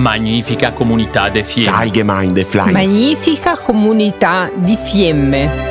Magnifica comunità de Fiemme. Allgemeine Fleiß. Magnifica comunità di Fiemme.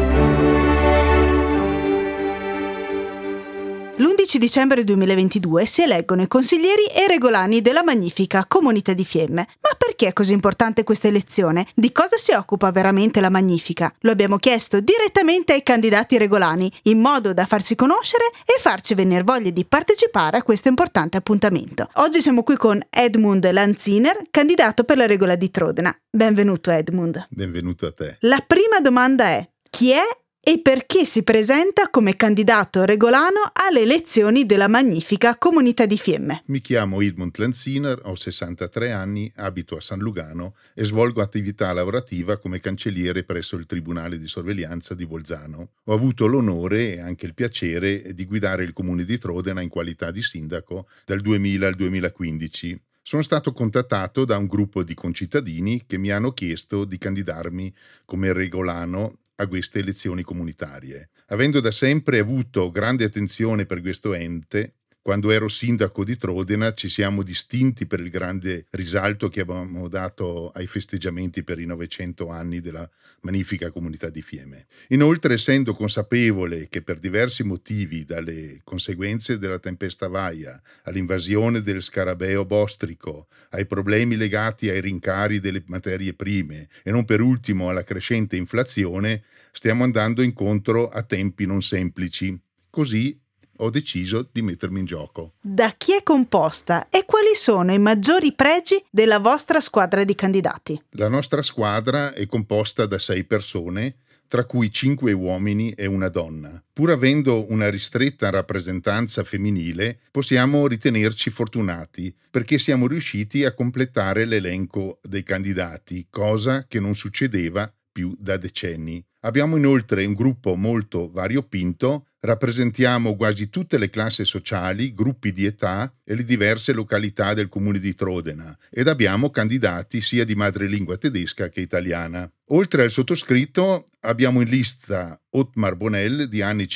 L'11 dicembre 2022 si eleggono i consiglieri e i regolani della Magnifica Comunità di Fiemme. Ma perché è così importante questa elezione? Di cosa si occupa veramente la Magnifica? Lo abbiamo chiesto direttamente ai candidati regolani, in modo da farsi conoscere e farci venire voglia di partecipare a questo importante appuntamento. Oggi siamo qui con Edmund Lanziner, candidato per la regola di Trodena. Benvenuto Edmund. Benvenuto a te. La prima domanda è: chi è e perché si presenta come candidato regolano alle elezioni della Magnifica Comunità di Fiemme? Mi chiamo Edmund Lanziner, ho 63 anni, abito a San Lugano e svolgo attività lavorativa come cancelliere presso il Tribunale di Sorveglianza di Bolzano. Ho avuto l'onore e anche il piacere di guidare il comune di Trodena in qualità di sindaco dal 2000 al 2015. Sono stato contattato da un gruppo di concittadini che mi hanno chiesto di candidarmi come regolano a queste elezioni comunitarie. Avendo da sempre avuto grande attenzione per questo ente, quando ero sindaco di Trodena ci siamo distinti per il grande risalto che abbiamo dato ai festeggiamenti per i 900 anni della Magnifica Comunità di Fiemme. Inoltre, essendo consapevole che per diversi motivi, dalle conseguenze della tempesta Vaia all'invasione del scarabeo bostrico, ai problemi legati ai rincari delle materie prime e non per ultimo alla crescente inflazione, stiamo andando incontro a tempi non semplici. Così ho deciso di mettermi in gioco. Da chi è composta e quali sono i maggiori pregi della vostra squadra di candidati? La nostra squadra è composta da 6 persone, tra cui 5 uomini e una donna. Pur avendo una ristretta rappresentanza femminile, possiamo ritenerci fortunati perché siamo riusciti a completare l'elenco dei candidati, cosa che non succedeva più da decenni. Abbiamo inoltre un gruppo molto variopinto, rappresentiamo quasi tutte le classi sociali, gruppi di età e le diverse località del comune di Trodena ed abbiamo candidati sia di madrelingua tedesca che italiana. Oltre al sottoscritto abbiamo in lista Ottmar Bonell di anni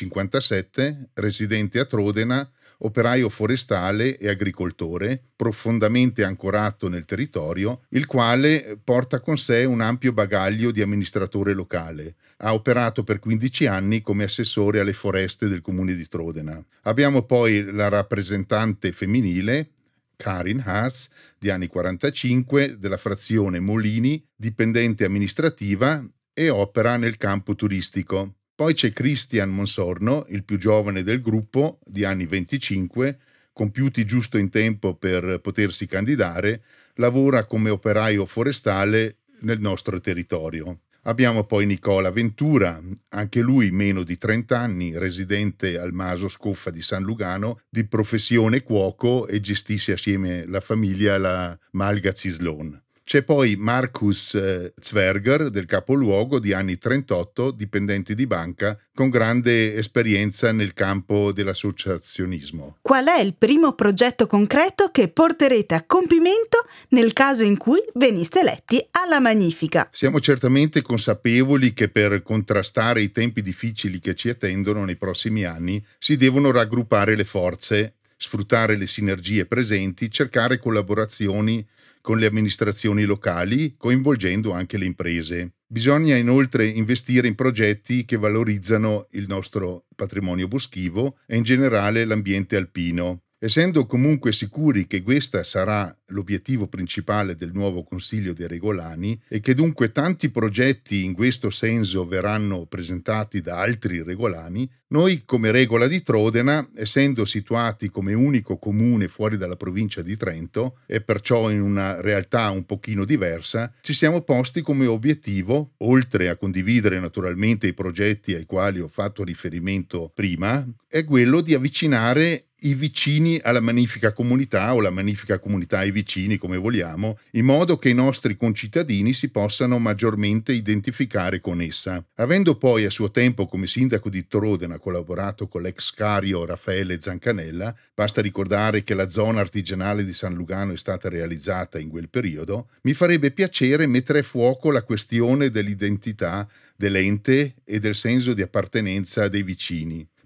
57, residente a Trodena, operaio forestale e agricoltore, profondamente ancorato nel territorio, il quale porta con sé un ampio bagaglio di amministratore locale. Ha operato per 15 anni come assessore alle foreste del comune di Trodena. Abbiamo poi la rappresentante femminile, Karin Haas, di anni 45, della frazione Molini, dipendente amministrativa e opera nel campo turistico. Poi c'è Christian Monsorno, il più giovane del gruppo, di anni 25, compiuti giusto in tempo per potersi candidare, lavora come operaio forestale nel nostro territorio. Abbiamo poi Nicola Ventura, anche lui meno di 30 anni, residente al Maso Scoffa di San Lugano, di professione cuoco e gestisce assieme la famiglia la Malga Cislon. C'è poi Markus Zwerger del capoluogo di anni 38, dipendente di banca con grande esperienza nel campo dell'associazionismo. Qual è il primo progetto concreto che porterete a compimento nel caso in cui veniste eletti alla Magnifica? Siamo certamente consapevoli che per contrastare i tempi difficili che ci attendono nei prossimi anni si devono raggruppare le forze, sfruttare le sinergie presenti, cercare collaborazioni con le amministrazioni locali, coinvolgendo anche le imprese. Bisogna inoltre investire in progetti che valorizzano il nostro patrimonio boschivo e in generale l'ambiente alpino. Essendo comunque sicuri che questo sarà l'obiettivo principale del nuovo Consiglio dei Regolani e che dunque tanti progetti in questo senso verranno presentati da altri regolani, noi come Regola di Trodena, essendo situati come unico comune fuori dalla provincia di Trento e perciò in una realtà un pochino diversa, ci siamo posti come obiettivo, oltre a condividere naturalmente i progetti ai quali ho fatto riferimento prima, è quello di avvicinare i vicini alla Magnifica Comunità o la Magnifica Comunità ai vicini, come vogliamo, in modo che i nostri concittadini si possano maggiormente identificare con essa. Avendo poi a suo tempo come sindaco di Trodena collaborato con l'ex cario Raffaele Zancanella, basta ricordare che la zona artigianale di San Lugano è stata realizzata in quel periodo, mi farebbe piacere mettere a fuoco la questione dell'identità dell'ente e del senso di appartenenza dei vicini.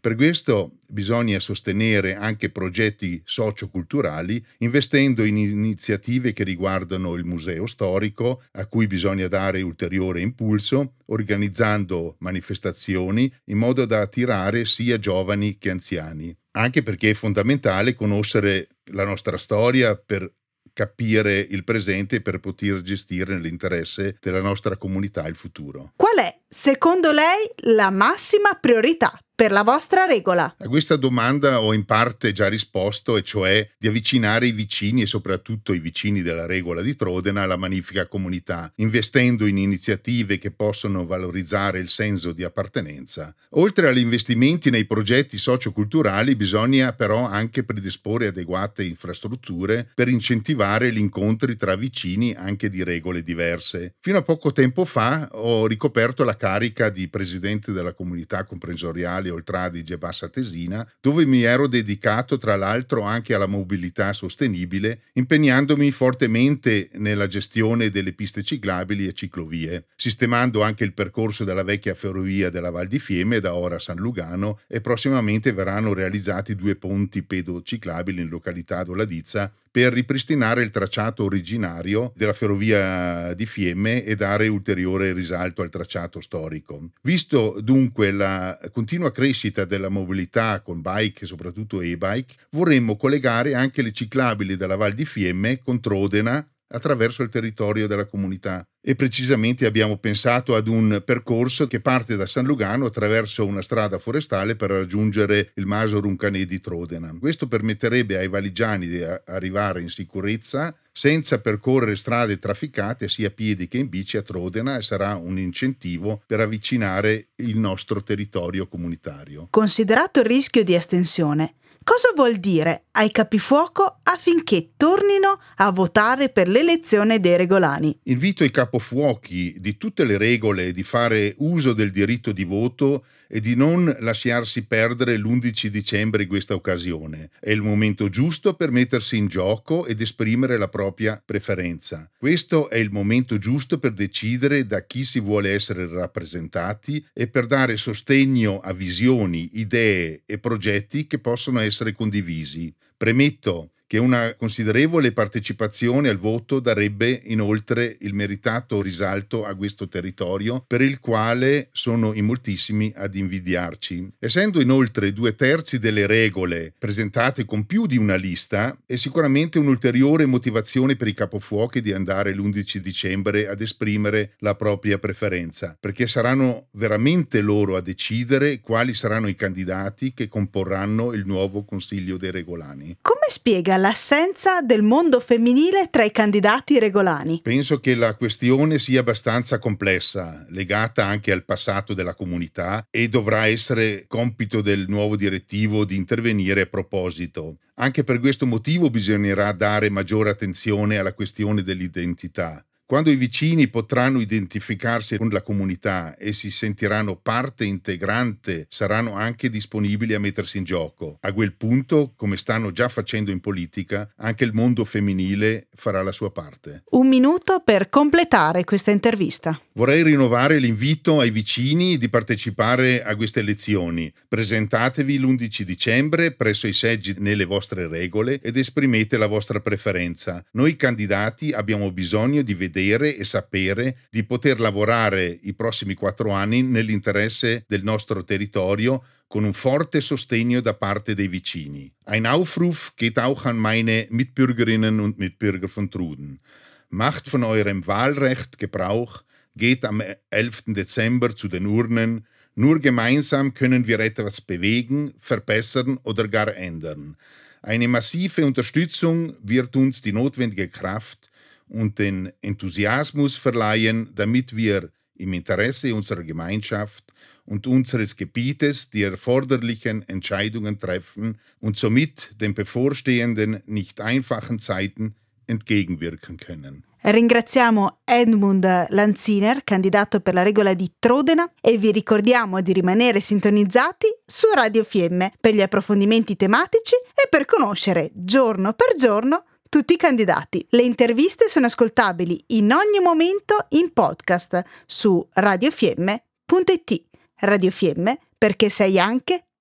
Per questo bisogna sostenere anche progetti socioculturali investendo in iniziative che riguardano il museo storico, a cui bisogna dare ulteriore impulso, organizzando manifestazioni in modo da attirare sia giovani che anziani. Anche perché è fondamentale conoscere la nostra storia per capire il presente e per poter gestire nell'interesse della nostra comunità il futuro. Qual è, secondo lei, la massima priorità per la vostra regola? A questa domanda ho in parte già risposto, e cioè di avvicinare i vicini e soprattutto i vicini della regola di Trodena alla magnifica comunità, investendo in iniziative che possono valorizzare il senso di appartenenza. Oltre agli investimenti nei progetti socioculturali, bisogna però anche predisporre adeguate infrastrutture per incentivare gli incontri tra vicini anche di regole diverse. Fino a poco tempo fa ho ricoperto la carica di presidente della comunità comprensoriale Oltre Adige Bassa Tesina, dove mi ero dedicato tra l'altro anche alla mobilità sostenibile, impegnandomi fortemente nella gestione delle piste ciclabili e ciclovie, sistemando anche il percorso della vecchia ferrovia della Val di Fiemme da Ora a San Lugano, e prossimamente verranno realizzati 2 ponti pedociclabili in località Doladizza per ripristinare il tracciato originario della ferrovia di Fiemme e dare ulteriore risalto al tracciato storico. Visto dunque la continua crescita della mobilità con bike e soprattutto e-bike, vorremmo collegare anche le ciclabili della Val di Fiemme con Trodena attraverso il territorio della comunità, e precisamente abbiamo pensato ad un percorso che parte da San Lugano attraverso una strada forestale per raggiungere il Maso Runcanè di Trodena. Questo permetterebbe ai valigiani di arrivare in sicurezza senza percorrere strade trafficate sia a piedi che in bici a Trodena, e sarà un incentivo per avvicinare il nostro territorio comunitario. Considerato il rischio di estensione, cosa vuol dire ai capifuoco affinché tornino a votare per l'elezione dei regolani? Invito i capofuochi di tutte le regole di fare uso del diritto di voto e di non lasciarsi perdere l'11 dicembre in questa occasione. È il momento giusto per mettersi in gioco ed esprimere la propria preferenza. Questo è il momento giusto per decidere da chi si vuole essere rappresentati e per dare sostegno a visioni, idee e progetti che possono essere condivisi. Premetto che una considerevole partecipazione al voto darebbe inoltre il meritato risalto a questo territorio, per il quale sono in moltissimi ad invidiarci. Essendo inoltre 2/3 delle regole presentate con più di una lista, è sicuramente un'ulteriore motivazione per i capofuochi di andare l'11 dicembre ad esprimere la propria preferenza, perché saranno veramente loro a decidere quali saranno i candidati che comporranno il nuovo Consiglio dei Regolani. Come spiega l'assenza del mondo femminile tra i candidati regolani? Penso che la questione sia abbastanza complessa, legata anche al passato della comunità, e dovrà essere compito del nuovo direttivo di intervenire a proposito. Anche per questo motivo bisognerà dare maggiore attenzione alla questione dell'identità. Quando i vicini potranno identificarsi con la comunità e si sentiranno parte integrante, saranno anche disponibili a mettersi in gioco. A quel punto, come stanno già facendo in politica, anche il mondo femminile farà la sua parte. 1 minuto per completare questa intervista. Vorrei rinnovare l'invito ai vicini di partecipare a queste elezioni. Presentatevi l'11 dicembre presso i seggi nelle vostre regole ed esprimete la vostra preferenza. Noi candidati abbiamo bisogno di vedere e sapere di poter lavorare i prossimi 4 anni nell'interesse del nostro territorio con un forte sostegno da parte dei vicini. Ein Aufruf geht auch an meine Mitbürgerinnen und Mitbürger von Truden. Macht von eurem Wahlrecht Gebrauch, geht am 11. Dezember zu den Urnen. Nur gemeinsam können wir etwas bewegen, verbessern oder gar ändern. Eine massive Unterstützung wird uns die notwendige Kraft und den Enthusiasmus verleihen, damit wir im Interesse unserer Gemeinschaft und unseres Gebietes die erforderlichen Entscheidungen treffen und somit den bevorstehenden, nicht einfachen Zeiten entgegenwirken können. Ringraziamo Edmund Lanziner, candidato per la regola di Trodena, e vi ricordiamo di rimanere sintonizzati su Radio Fiemme per gli approfondimenti tematici e per conoscere giorno per giorno tutti i candidati. Le interviste sono ascoltabili in ogni momento in podcast su radiofiemme.it. Radio Fiemme, perché sei anche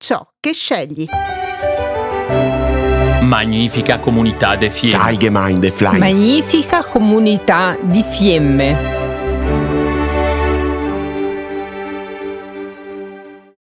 ciò che scegli. Magnifica comunità de Fiemme. Allgemeine Flames. Magnifica comunità di fiemme.